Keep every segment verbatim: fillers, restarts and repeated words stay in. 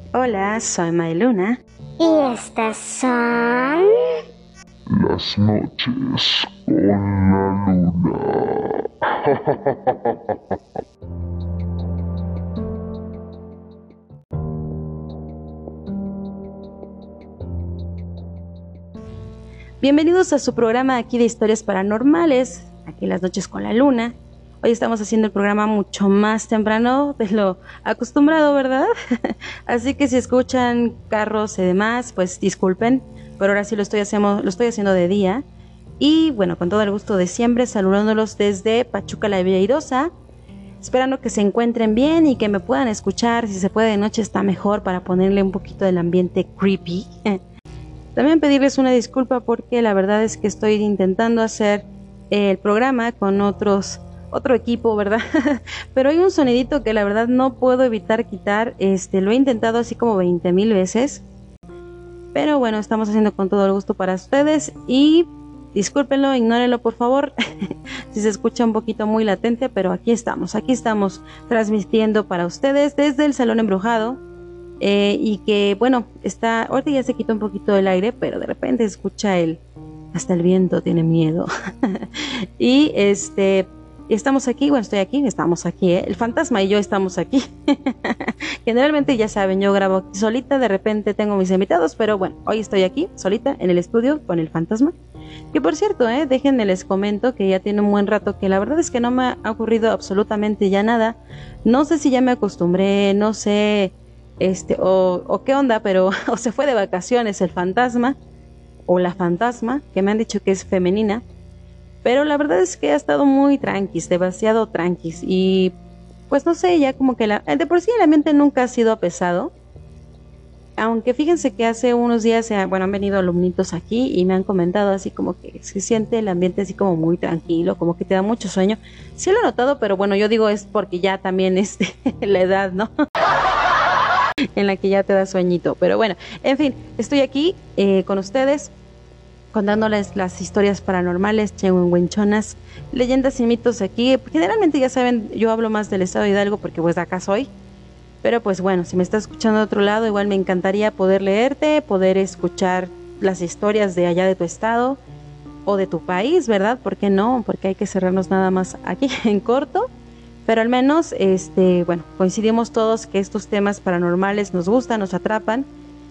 Hola, soy Mayluna. Y estas son... Las noches con la luna. Bienvenidos a su programa aquí de historias paranormales, aquí Las noches con la luna. Hoy estamos haciendo el programa mucho más temprano de lo acostumbrado, ¿verdad? Así que si escuchan carros y demás, pues disculpen, pero ahora sí lo estoy haciendo, lo estoy haciendo de día. Y bueno, con todo el gusto de siempre, saludándolos desde Pachuca la Bella Airosa, esperando que se encuentren bien y que me puedan escuchar. Si se puede de noche está mejor para ponerle un poquito del ambiente creepy. También pedirles una disculpa porque la verdad es que estoy intentando hacer el programa con otros otro equipo, ¿verdad? Pero hay un sonidito que la verdad no puedo evitar quitar. Este, lo he intentado así como veinte mil veces. Pero bueno, estamos haciendo con todo el gusto para ustedes y discúlpenlo, ignórenlo por favor. Si se escucha un poquito muy latente, pero aquí estamos, aquí estamos transmitiendo para ustedes desde el Salón Embrujado. Eh, y que bueno, está, ahorita ya se quita un poquito el aire, pero de repente escucha el, hasta el viento tiene miedo. Y este, estamos aquí, bueno, estoy aquí, estamos aquí, ¿eh? El fantasma y yo estamos aquí. Generalmente ya saben, yo grabo aquí solita, de repente tengo mis invitados, pero bueno, hoy estoy aquí solita en el estudio con el fantasma. Que por cierto, eh, déjenme les comento que ya tiene un buen rato que la verdad es que no me ha ocurrido absolutamente ya nada. No sé si ya me acostumbré, no sé... Este, o, o qué onda, pero o se fue de vacaciones el fantasma o la fantasma, que me han dicho que es femenina, pero la verdad es que ha estado muy tranquis, demasiado tranquis, y pues no sé, ya como que la, de por sí el ambiente nunca ha sido pesado, aunque fíjense que hace unos días, bueno, han venido alumnitos aquí y me han comentado así como que se siente el ambiente así como muy tranquilo, como que te da mucho sueño. Sí lo he notado, pero bueno, yo digo es porque ya también es la edad, ¿no? En la que ya te da sueñito, pero bueno, en fin, estoy aquí eh, con ustedes contándoles las historias paranormales, chinguenchonas, leyendas y mitos aquí. Generalmente ya saben, yo hablo más del estado de Hidalgo porque pues de acá soy, pero pues bueno, si me estás escuchando de otro lado, igual me encantaría poder leerte, poder escuchar las historias de allá de tu estado o de tu país, ¿verdad? ¿Por qué no? Porque hay que cerrarnos nada más aquí en corto. Pero al menos, este, bueno, coincidimos todos que estos temas paranormales nos gustan, nos atrapan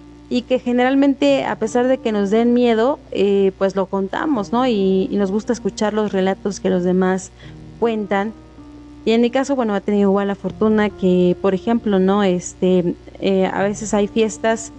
y que generalmente, a pesar de que nos den miedo, eh, pues lo contamos, ¿no? Y, y nos gusta escuchar los relatos que los demás cuentan. Y en mi caso, bueno, he tenido igual la fortuna que, por ejemplo, ¿no? Este, eh, a veces hay fiestas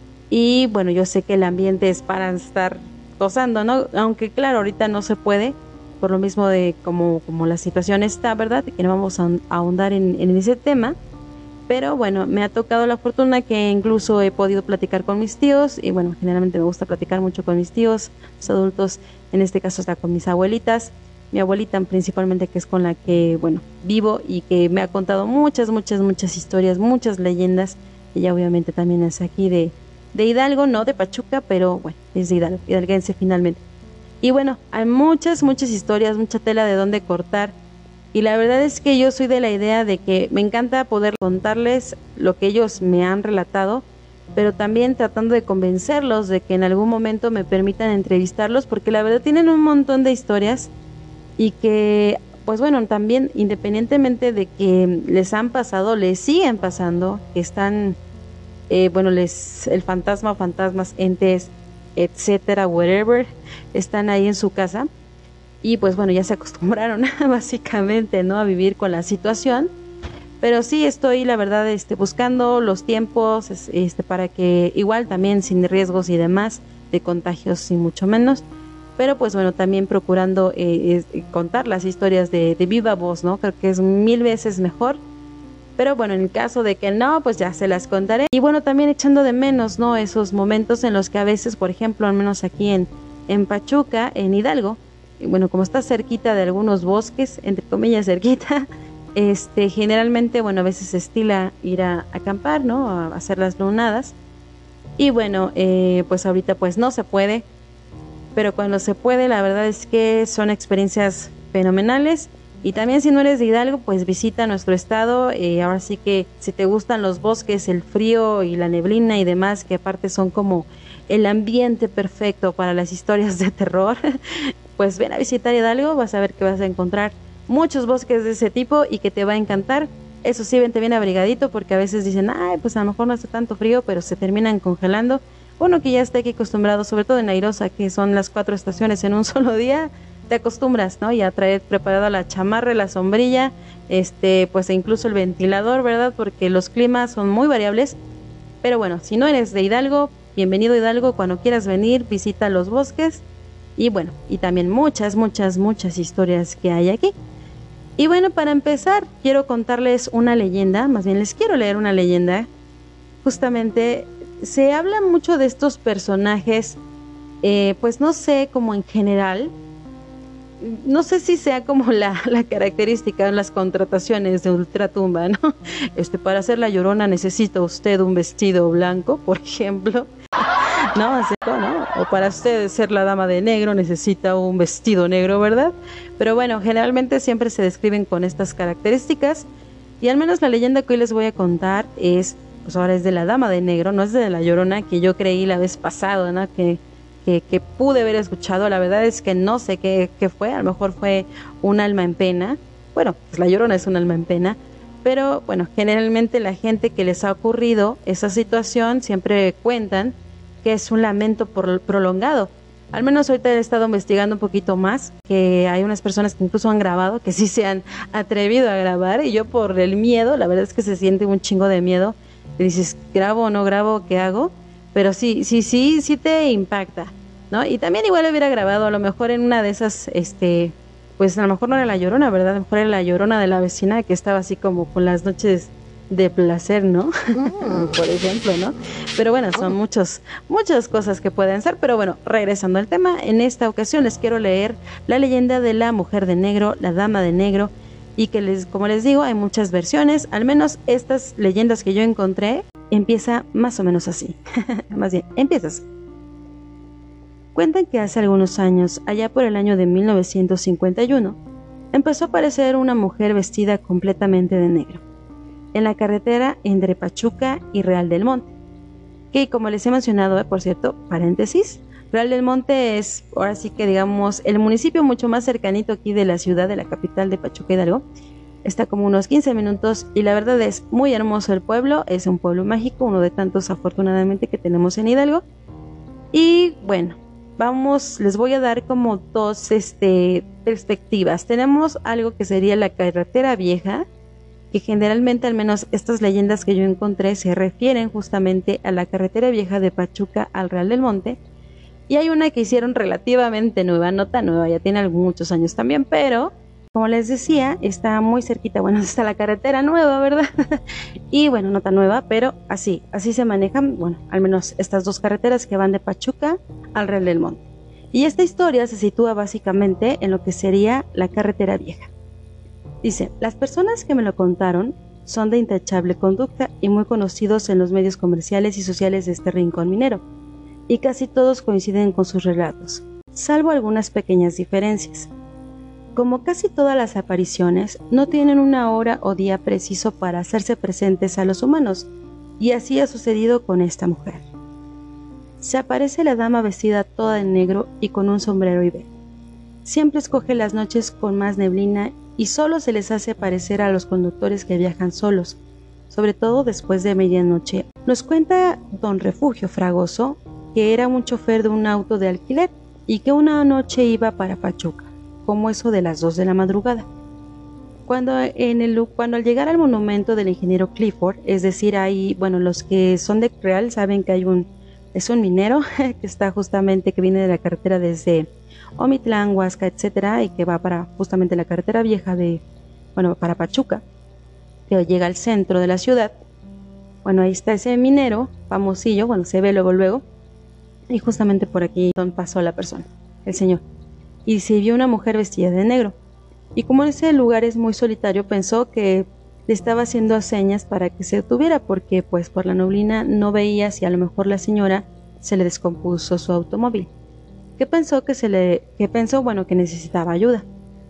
y, bueno, yo sé que el ambiente es para estar gozando, ¿no? Aunque claro, ahorita no se puede, por lo mismo de como, como la situación está, ¿verdad? Que no vamos a ahondar en, en ese tema, pero bueno, me ha tocado la fortuna que incluso he podido platicar con mis tíos, y bueno, generalmente me gusta platicar mucho con mis tíos, los adultos, en este caso hasta con mis abuelitas, mi abuelita principalmente, que es con la que, bueno, vivo y que me ha contado muchas, muchas, muchas historias, muchas leyendas. Ella obviamente también es aquí de, de Hidalgo, no de Pachuca, pero bueno, es de Hidalgo, hidalguense finalmente. Y bueno, hay muchas, muchas historias, mucha tela de dónde cortar. Y la verdad es que yo soy de la idea de que me encanta poder contarles lo que ellos me han relatado, pero también tratando de convencerlos de que en algún momento me permitan entrevistarlos, porque la verdad tienen un montón de historias y que, pues bueno, también independientemente de que les han pasado, les siguen pasando, que están, eh, bueno, les el fantasma o fantasmas, entes, etcétera, whatever, están ahí en su casa y pues bueno, ya se acostumbraron básicamente, ¿no? A vivir con la situación, pero sí estoy la verdad este, buscando los tiempos este, para que igual también sin riesgos y demás de contagios y mucho menos, pero pues bueno, también procurando eh, eh, contar las historias de, de viva voz, ¿no? Creo que es mil veces mejor. Pero bueno, en el caso de que no, pues ya se las contaré. Y bueno, también echando de menos, ¿no? Esos momentos en los que a veces, por ejemplo, al menos aquí en, en Pachuca, en Hidalgo, y bueno, como está cerquita de algunos bosques, entre comillas cerquita, este, generalmente, bueno, a veces se estila ir a, a acampar, ¿no? A hacer las lunadas. Y bueno, eh, pues ahorita pues no se puede, pero cuando se puede, la verdad es que son experiencias fenomenales. Y también si no eres de Hidalgo, pues visita nuestro estado. Eh, ahora sí que si te gustan los bosques, el frío y la neblina y demás, que aparte son como el ambiente perfecto para las historias de terror, pues ven a visitar Hidalgo, vas a ver que vas a encontrar muchos bosques de ese tipo y que te va a encantar. Eso sí, vente bien abrigadito porque a veces dicen, ay, pues a lo mejor no hace tanto frío, pero se terminan congelando. Uno que ya está aquí acostumbrado, sobre todo en Airosa, que son las cuatro estaciones en un solo día, te acostumbras, ¿no? Y a traer preparada la chamarra, la sombrilla, este, pues e incluso el ventilador, ¿verdad? Porque los climas son muy variables. Pero bueno, si no eres de Hidalgo, bienvenido a Hidalgo, cuando quieras venir, visita los bosques. Y bueno, y también muchas, muchas, muchas historias que hay aquí. Y bueno, para empezar, quiero contarles una leyenda, más bien les quiero leer una leyenda. Justamente se habla mucho de estos personajes, eh, pues no sé, como en general, no sé si sea como la, la característica en las contrataciones de Ultratumba, ¿no? Este, para hacer la Llorona necesita usted un vestido blanco, por ejemplo. No, así, ¿no? O para usted ser la dama de negro necesita un vestido negro, ¿verdad? Pero bueno, generalmente siempre se describen con estas características. Y al menos la leyenda que hoy les voy a contar es, pues ahora es de la dama de negro, no es de la Llorona, que yo creí la vez pasada, ¿no? Que, que, que pude haber escuchado. La verdad es que no sé qué, qué fue, a lo mejor fue un alma en pena. Bueno, pues la Llorona es un alma en pena. Pero bueno, generalmente la gente que les ha ocurrido esa situación siempre cuentan que es un lamento por, prolongado. Al menos ahorita he estado investigando un poquito más, que hay unas personas que incluso han grabado, que sí se han atrevido a grabar, y yo por el miedo, la verdad es que se siente un chingo de miedo, te dices, ¿grabo o no grabo? ¿Qué hago? Pero sí, sí, sí, sí te impacta, ¿no? Y también igual hubiera grabado, a lo mejor en una de esas, este, pues a lo mejor no era la Llorona, ¿verdad? A lo mejor era la Llorona de la vecina que estaba así como con las noches de placer, ¿no? Mm. Por ejemplo, ¿no? Pero bueno, son muchos, muchas cosas que pueden ser, pero bueno, regresando al tema, en esta ocasión les quiero leer la leyenda de la mujer de negro, la dama de negro, y que les, como les digo, hay muchas versiones, al menos estas leyendas que yo encontré, empieza más o menos así, más bien, empieza así. Cuentan que hace algunos años, allá por el año de mil novecientos cincuenta y uno, empezó a aparecer una mujer vestida completamente de negro en la carretera entre Pachuca y Real del Monte, que como les he mencionado, eh, por cierto, paréntesis, Real del Monte es, ahora sí que digamos, el municipio mucho más cercanito aquí de la ciudad, de la capital de Pachuca Hidalgo. Está como unos quince minutos y la verdad es muy hermoso el pueblo, es un pueblo mágico, uno de tantos afortunadamente que tenemos en Hidalgo. Y bueno, vamos, les voy a dar como dos este, perspectivas. Tenemos algo que sería la carretera vieja, que generalmente, al menos estas leyendas que yo encontré, se refieren justamente a la carretera vieja de Pachuca al Real del Monte. Y hay una que hicieron relativamente nueva, no tan nueva, ya tiene muchos años también, pero como les decía, está muy cerquita, bueno, está la carretera nueva, ¿verdad? Y bueno, no tan nueva, pero así, así se manejan, bueno, al menos estas dos carreteras que van de Pachuca al Real del Monte. Y esta historia se sitúa básicamente en lo que sería la carretera vieja. Dice, las personas que me lo contaron son de intachable conducta y muy conocidos en los medios comerciales y sociales de este rincón minero, y casi todos coinciden con sus relatos, salvo algunas pequeñas diferencias. Como casi todas las apariciones, no tienen una hora o día preciso para hacerse presentes a los humanos, y así ha sucedido con esta mujer. Se aparece la dama vestida toda de negro y con un sombrero y velo. Siempre escoge las noches con más neblina y solo se les hace aparecer a los conductores que viajan solos, sobre todo después de medianoche. Nos cuenta don Refugio Fragoso que era un chofer de un auto de alquiler y que una noche iba para Pachuca, como eso de las dos de la madrugada. Cuando, en el, cuando al llegar al monumento del ingeniero Clifford, es decir, ahí, bueno, los que son de Real saben que hay un, es un minero que está justamente, que viene de la carretera desde Omitlán, Huasca, etcétera, y que va para justamente la carretera vieja de, bueno, para Pachuca, que llega al centro de la ciudad. Bueno, ahí está ese minero famosillo, bueno, se ve luego luego, y justamente por aquí pasó la persona, el señor, y se vio una mujer vestida de negro, y como ese lugar es muy solitario, pensó que le estaba haciendo señas para que se detuviera, porque pues por la neblina no veía si a lo mejor la señora se le descompuso su automóvil. Que pensó que se le, que pensó, bueno, que necesitaba ayuda.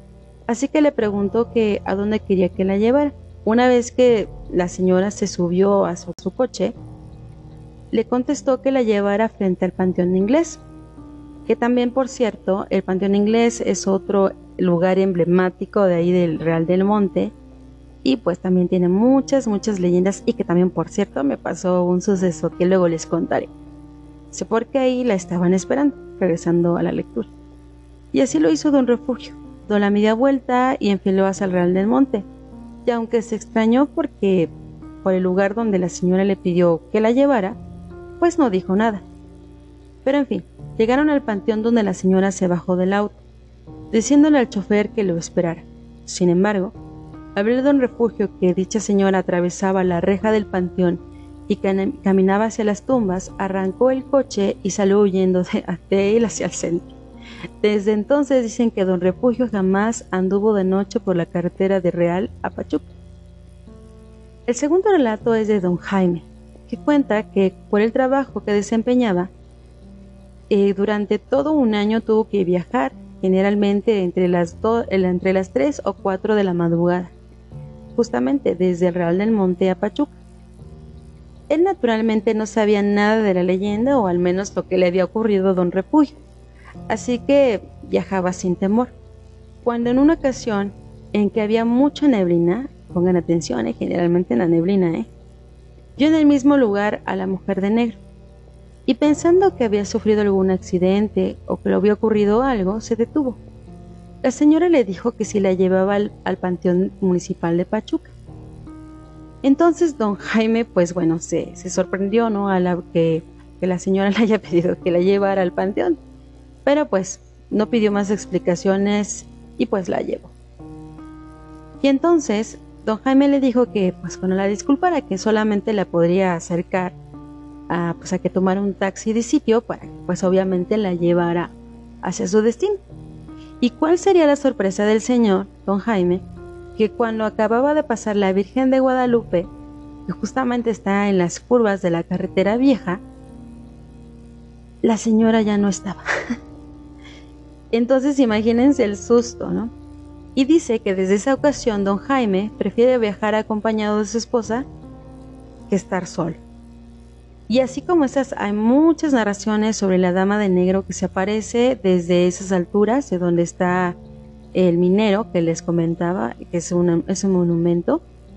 Así que le preguntó que a dónde quería que la llevara. Una vez que la señora se subió a su, su coche, le contestó que la llevara frente al Panteón Inglés, que también, por cierto, el Panteón Inglés es otro lugar emblemático de ahí del Real del Monte, y pues también tiene muchas, muchas leyendas, y que también, por cierto, me pasó un suceso que luego les contaré. Sé por qué ahí la estaban esperando, regresando a la lectura. Y así lo hizo don Refugio, dio la media vuelta y enfiló hacia el Real del Monte, y aunque se extrañó porque por el lugar donde la señora le pidió que la llevara, pues no dijo nada. Pero en fin, llegaron al panteón donde la señora se bajó del auto, diciéndole al chofer que lo esperara. Sin embargo, al ver don Refugio que dicha señora atravesaba la reja del panteón y cam caminaba hacia las tumbas, arrancó el coche y salió huyendo de, de él hacia el centro. Desde entonces dicen que don Refugio jamás anduvo de noche por la carretera de Real a Pachuca. El segundo relato es de don Jaime, que cuenta que por el trabajo que desempeñaba, eh, durante todo un año tuvo que viajar, generalmente entre las, entre las tres o cuatro de la madrugada, justamente desde el Real del Monte a Pachuca. Él naturalmente no sabía nada de la leyenda, o al menos lo que le había ocurrido a don Refugio, así que viajaba sin temor. Cuando en una ocasión en que había mucha neblina, pongan atención, eh, generalmente en la neblina, eh, vio en el mismo lugar a la mujer de negro, y pensando que había sufrido algún accidente o que le había ocurrido algo, se detuvo. La señora le dijo que si la llevaba al, al Panteón Municipal de Pachuca. Entonces don Jaime, pues bueno, se, se sorprendió, ¿no? A la que, que la señora le haya pedido que la llevara al panteón, pero pues no pidió más explicaciones y pues la llevó. Y entonces don Jaime le dijo que pues bueno, la disculpara, que solamente la podría acercar a, pues, a que tomara un taxi de sitio para que pues obviamente la llevara hacia su destino. ¿Y cuál sería la sorpresa del señor, don Jaime? Que cuando acababa de pasar la Virgen de Guadalupe, que justamente está en las curvas de la carretera vieja, la señora ya no estaba. Entonces imagínense el susto, ¿no? Y dice que desde esa ocasión don Jaime prefiere viajar acompañado de su esposa que estar solo. Y así como esas, hay muchas narraciones sobre la dama de negro que se aparece desde esas alturas, de donde está el minero que les comentaba, que es, una, es un monumento,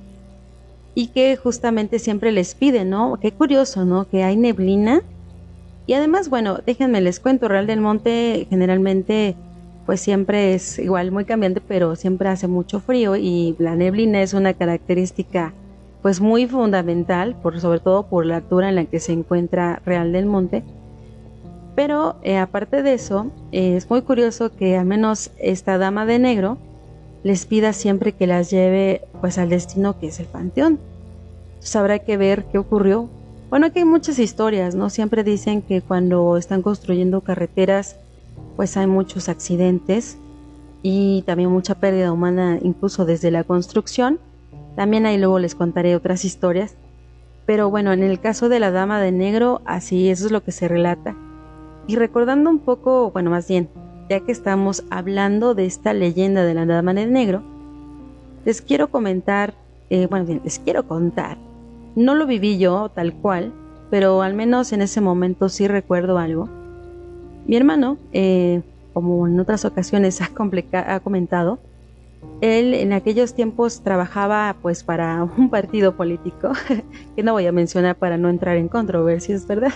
y que justamente siempre les pide, ¿no? Qué curioso, ¿no? Que hay neblina. Y además, bueno, déjenme les cuento, Real del Monte generalmente pues siempre es igual muy cambiante, pero siempre hace mucho frío, y la neblina es una característica pues muy fundamental, por, sobre todo por la altura en la que se encuentra Real del Monte. Pero eh, aparte de eso, eh, es muy curioso que al menos esta dama de negro les pida siempre que las lleve pues al destino que es el panteón. Entonces habrá que ver qué ocurrió. Bueno, aquí hay muchas historias, ¿no? Siempre dicen que cuando están construyendo carreteras pues hay muchos accidentes y también mucha pérdida humana, incluso desde la construcción. También ahí luego les contaré otras historias. Pero bueno, en el caso de la dama de negro, así, eso es lo que se relata. Y recordando un poco, bueno, más bien, ya que estamos hablando de esta leyenda de la dama de negro, les quiero comentar, eh, bueno, bien, les quiero contar. No lo viví yo tal cual, pero al menos en ese momento sí recuerdo algo. Mi hermano, eh, como en otras ocasiones ha, ha comentado, él en aquellos tiempos trabajaba pues para un partido político, que no voy a mencionar para no entrar en controversias, ¿verdad?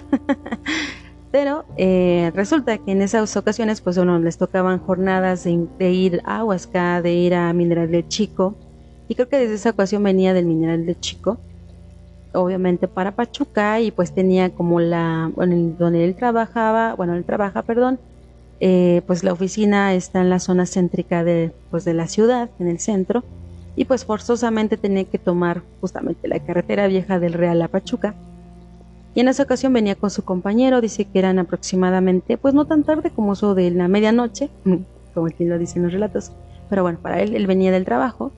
Pero eh, resulta que en esas ocasiones pues bueno, les tocaban jornadas de, de ir a Huasca, de ir a Mineral del Chico, y creo que desde esa ocasión venía del Mineral del Chico, obviamente para Pachuca, y pues tenía como la, bueno, donde él trabajaba, bueno, él trabaja, perdón, eh, pues la oficina está en la zona céntrica de, pues de la ciudad, en el centro, y pues forzosamente tenía que tomar justamente la carretera vieja del Real a Pachuca. Y en esa ocasión venía con su compañero, dice que eran aproximadamente, pues no tan tarde como eso de la medianoche, como aquí lo dicen los relatos, pero bueno, para él, él venía del trabajo.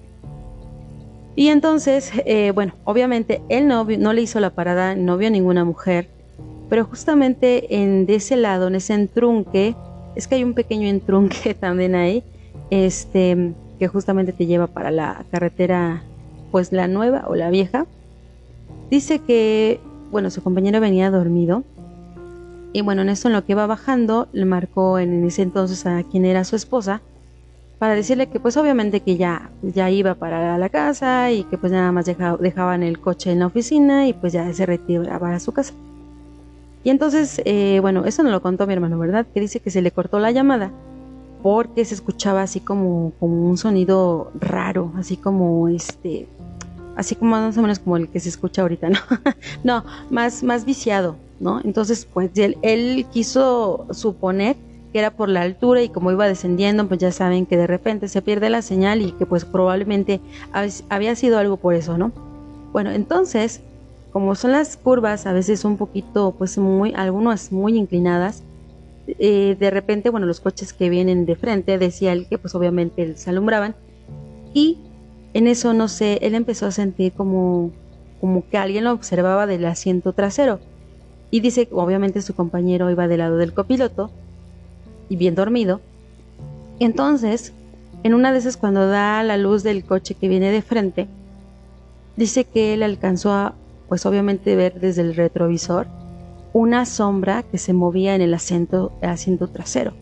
Y entonces, eh, bueno, obviamente él no, no le hizo la parada, no vio ninguna mujer, pero justamente en de ese lado, en ese entrunque, es que hay un pequeño entrunque también ahí, este, que justamente te lleva para la carretera, pues la nueva o la vieja. Dice que, bueno, su compañero venía dormido y bueno, en eso en lo que iba bajando le marcó en ese entonces a quien era su esposa para decirle que pues obviamente que ya, ya iba para la casa y que pues nada más dejaba, dejaban el coche en la oficina y pues ya se retiraba a su casa. Y entonces, eh, bueno, eso no lo contó mi hermano, ¿verdad? Que dice que se le cortó la llamada porque se escuchaba así como, como un sonido raro, así como este, así como más o menos como el que se escucha ahorita, ¿no? No, más, más viciado, ¿no? Entonces, pues él, él quiso suponer que era por la altura y como iba descendiendo, pues ya saben que de repente se pierde la señal y que pues probablemente había sido algo por eso, ¿no? Bueno, entonces, como son las curvas a veces un poquito, pues muy, algunas muy inclinadas, eh, de repente, bueno, los coches que vienen de frente, decía él que pues obviamente se alumbraban y en eso, no sé, él empezó a sentir como, como que alguien lo observaba del asiento trasero y dice que obviamente su compañero iba del lado del copiloto y bien dormido. Entonces, en una de esas cuando da la luz del coche que viene de frente, dice que él alcanzó a pues obviamente ver desde el retrovisor una sombra que se movía en el asiento, el asiento trasero.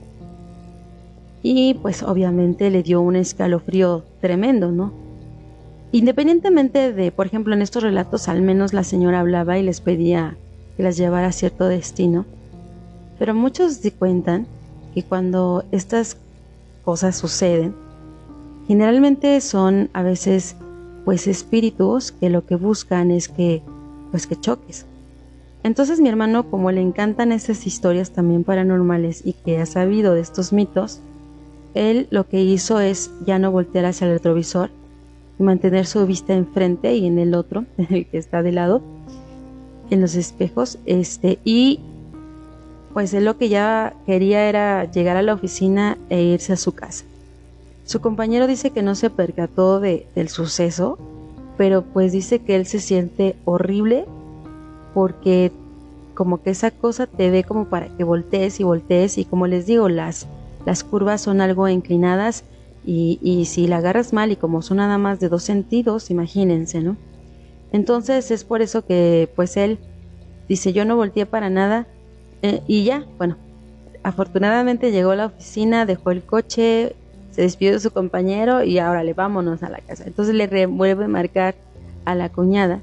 Y pues obviamente le dio un escalofrío tremendo, ¿no? Independientemente de, por ejemplo, en estos relatos al menos la señora hablaba y les pedía que las llevara a cierto destino. Pero muchos se cuentan que cuando estas cosas suceden, generalmente son a veces pues espíritus que lo que buscan es que pues que choques. Entonces mi hermano, como le encantan esas historias también paranormales y que ha sabido de estos mitos, él lo que hizo es ya no voltear hacia el retrovisor y mantener su vista enfrente y en el otro, en el que está de lado, en los espejos, este, y pues él lo que ya quería era llegar a la oficina e irse a su casa. Su compañero dice que no se percató de, del suceso, pero pues dice que él se siente horrible porque como que esa cosa te ve como para que voltees y voltees y como les digo, las, las curvas son algo inclinadas y, y si la agarras mal y como son nada más de dos sentidos, imagínense, ¿no? Entonces es por eso que pues él dice yo no volteé para nada eh, y ya, bueno, afortunadamente llegó a la oficina, dejó el coche, se despidió de su compañero y ahora le vámonos a la casa. Entonces le vuelve a marcar a la cuñada.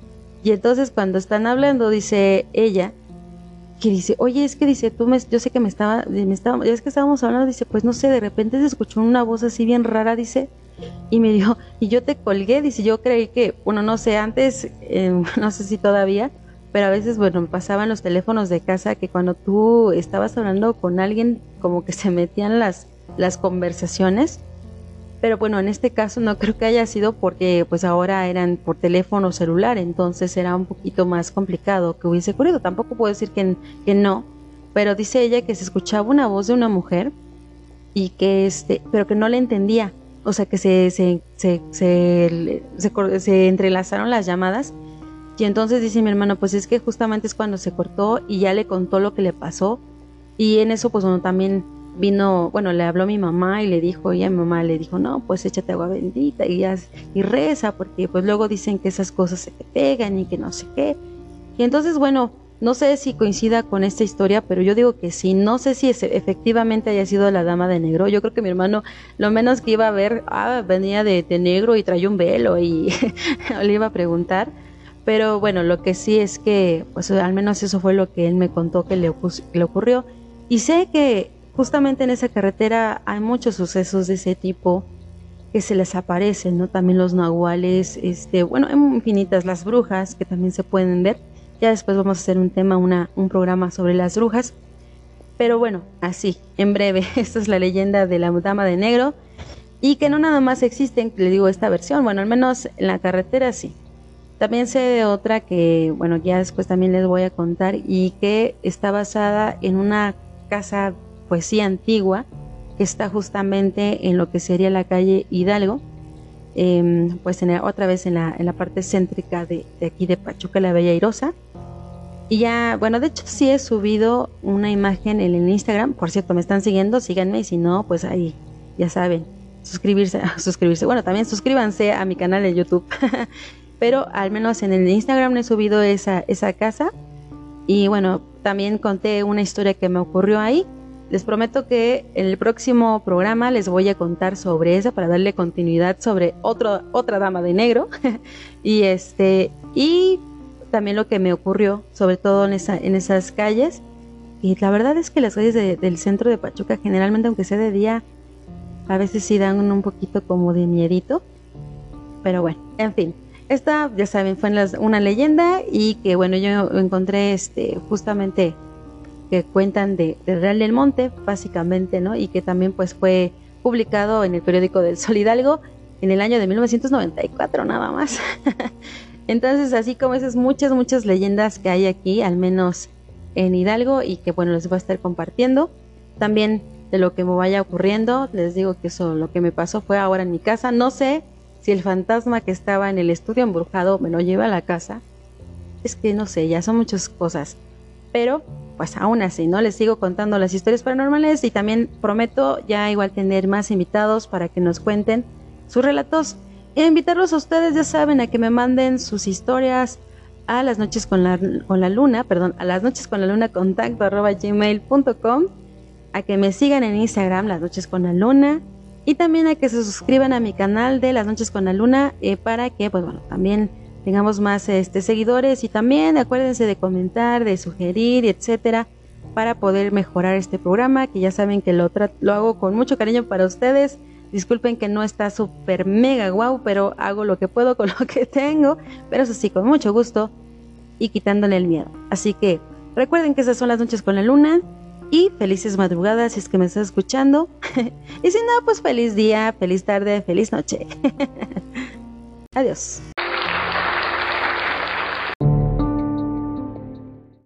Y entonces cuando están hablando, dice ella, que dice, oye, es que dice, tú me, yo sé que me estaba, me estaba, ya es que estábamos hablando, dice, pues no sé, de repente se escuchó una voz así bien rara, dice, y me dijo, y yo te colgué, dice, yo creí que, bueno, no sé, antes, eh, no sé si todavía, pero a veces, bueno, me pasaban los teléfonos de casa que cuando tú estabas hablando con alguien, como que se metían las las conversaciones, pero bueno, en este caso no creo que haya sido porque pues ahora eran por teléfono celular, entonces era un poquito más complicado que hubiese ocurrido. Tampoco puedo decir que, que no, pero dice ella que se escuchaba una voz de una mujer y que este, pero que no le entendía, o sea que se se, se, se, se, se entrelazaron las llamadas y entonces dice mi hermano, pues es que justamente es cuando se cortó y ya le contó lo que le pasó y en eso pues bueno, también vino, bueno, le habló a mi mamá y le dijo, y a mi mamá le dijo, no, pues échate agua bendita y, haz, y reza, porque pues luego dicen que esas cosas se te pegan y que no sé qué. Y entonces, bueno, no sé si coincida con esta historia, pero yo digo que sí, no sé si es, efectivamente haya sido la dama de negro. Yo creo que mi hermano, lo menos que iba a ver, ah, venía de, de negro y traía un velo y le iba a preguntar. Pero bueno, lo que sí es que, pues al menos eso fue lo que él me contó que le, que le ocurrió. Y sé que justamente en esa carretera hay muchos sucesos de ese tipo que se les aparecen, ¿no? También los nahuales, este, bueno, hay infinitas, las brujas que también se pueden ver. Ya después vamos a hacer un tema, una, un programa sobre las brujas. Pero bueno, así, en breve, esta es la leyenda de la dama de negro y que no nada más existen, le digo, esta versión, bueno, al menos en la carretera sí. También sé de otra que, bueno, ya después también les voy a contar y que está basada en una casa pues sí antigua, que está justamente en lo que sería la calle Hidalgo, eh, pues en la, otra vez en la, en la parte céntrica de, de aquí de Pachuca la Bella Airosa. Y ya, bueno, de hecho sí he subido una imagen en el Instagram, por cierto, me están siguiendo, síganme, y si no, pues ahí, ya saben, suscribirse, suscribirse, bueno, también suscríbanse a mi canal de YouTube, pero al menos en el Instagram he subido esa, esa casa, y bueno, también conté una historia que me ocurrió ahí. Les prometo que en el próximo programa les voy a contar sobre esa para darle continuidad sobre otro, otra dama de negro y este y también lo que me ocurrió, sobre todo en, esa, en esas calles. Y la verdad es que las calles de, del centro de Pachuca generalmente, aunque sea de día, a veces sí dan un poquito como de miedito. Pero bueno, en fin, esta ya saben fue en las, una leyenda, y que bueno, yo encontré este justamente que cuentan de, de Real del Monte, básicamente, ¿no? Y que también pues fue publicado en el periódico del Sol Hidalgo en el año de mil novecientos noventa y cuatro, nada más. Entonces, así como esas muchas, muchas leyendas que hay aquí, al menos en Hidalgo, y que bueno, les voy a estar compartiendo. También de lo que me vaya ocurriendo, les digo que eso, lo que me pasó fue ahora en mi casa. No sé si el fantasma que estaba en el estudio embrujado me lo lleva a la casa. Es que no sé, ya son muchas cosas. Pero pues aún así, ¿no? Les sigo contando las historias paranormales, y también prometo ya igual tener más invitados para que nos cuenten sus relatos. E invitarlos a ustedes, ya saben, a que me manden sus historias a las noches con la, con la luna, perdón, a las noches con la luna contacto arroba gmail punto com, a que me sigan en Instagram, las noches con la luna, y también a que se suscriban a mi canal de las noches con la luna, eh, para que, pues bueno, también tengamos más este, seguidores, y también acuérdense de comentar, de sugerir, etcétera, para poder mejorar este programa, que ya saben que lo, lo hago con mucho cariño para ustedes. Disculpen que no está súper mega guau, pero hago lo que puedo con lo que tengo, pero eso sí, con mucho gusto y quitándole el miedo. Así que recuerden que esas son las noches con la luna, y felices madrugadas si es que me estás escuchando. Y si no, pues feliz día, feliz tarde, feliz noche. Adiós.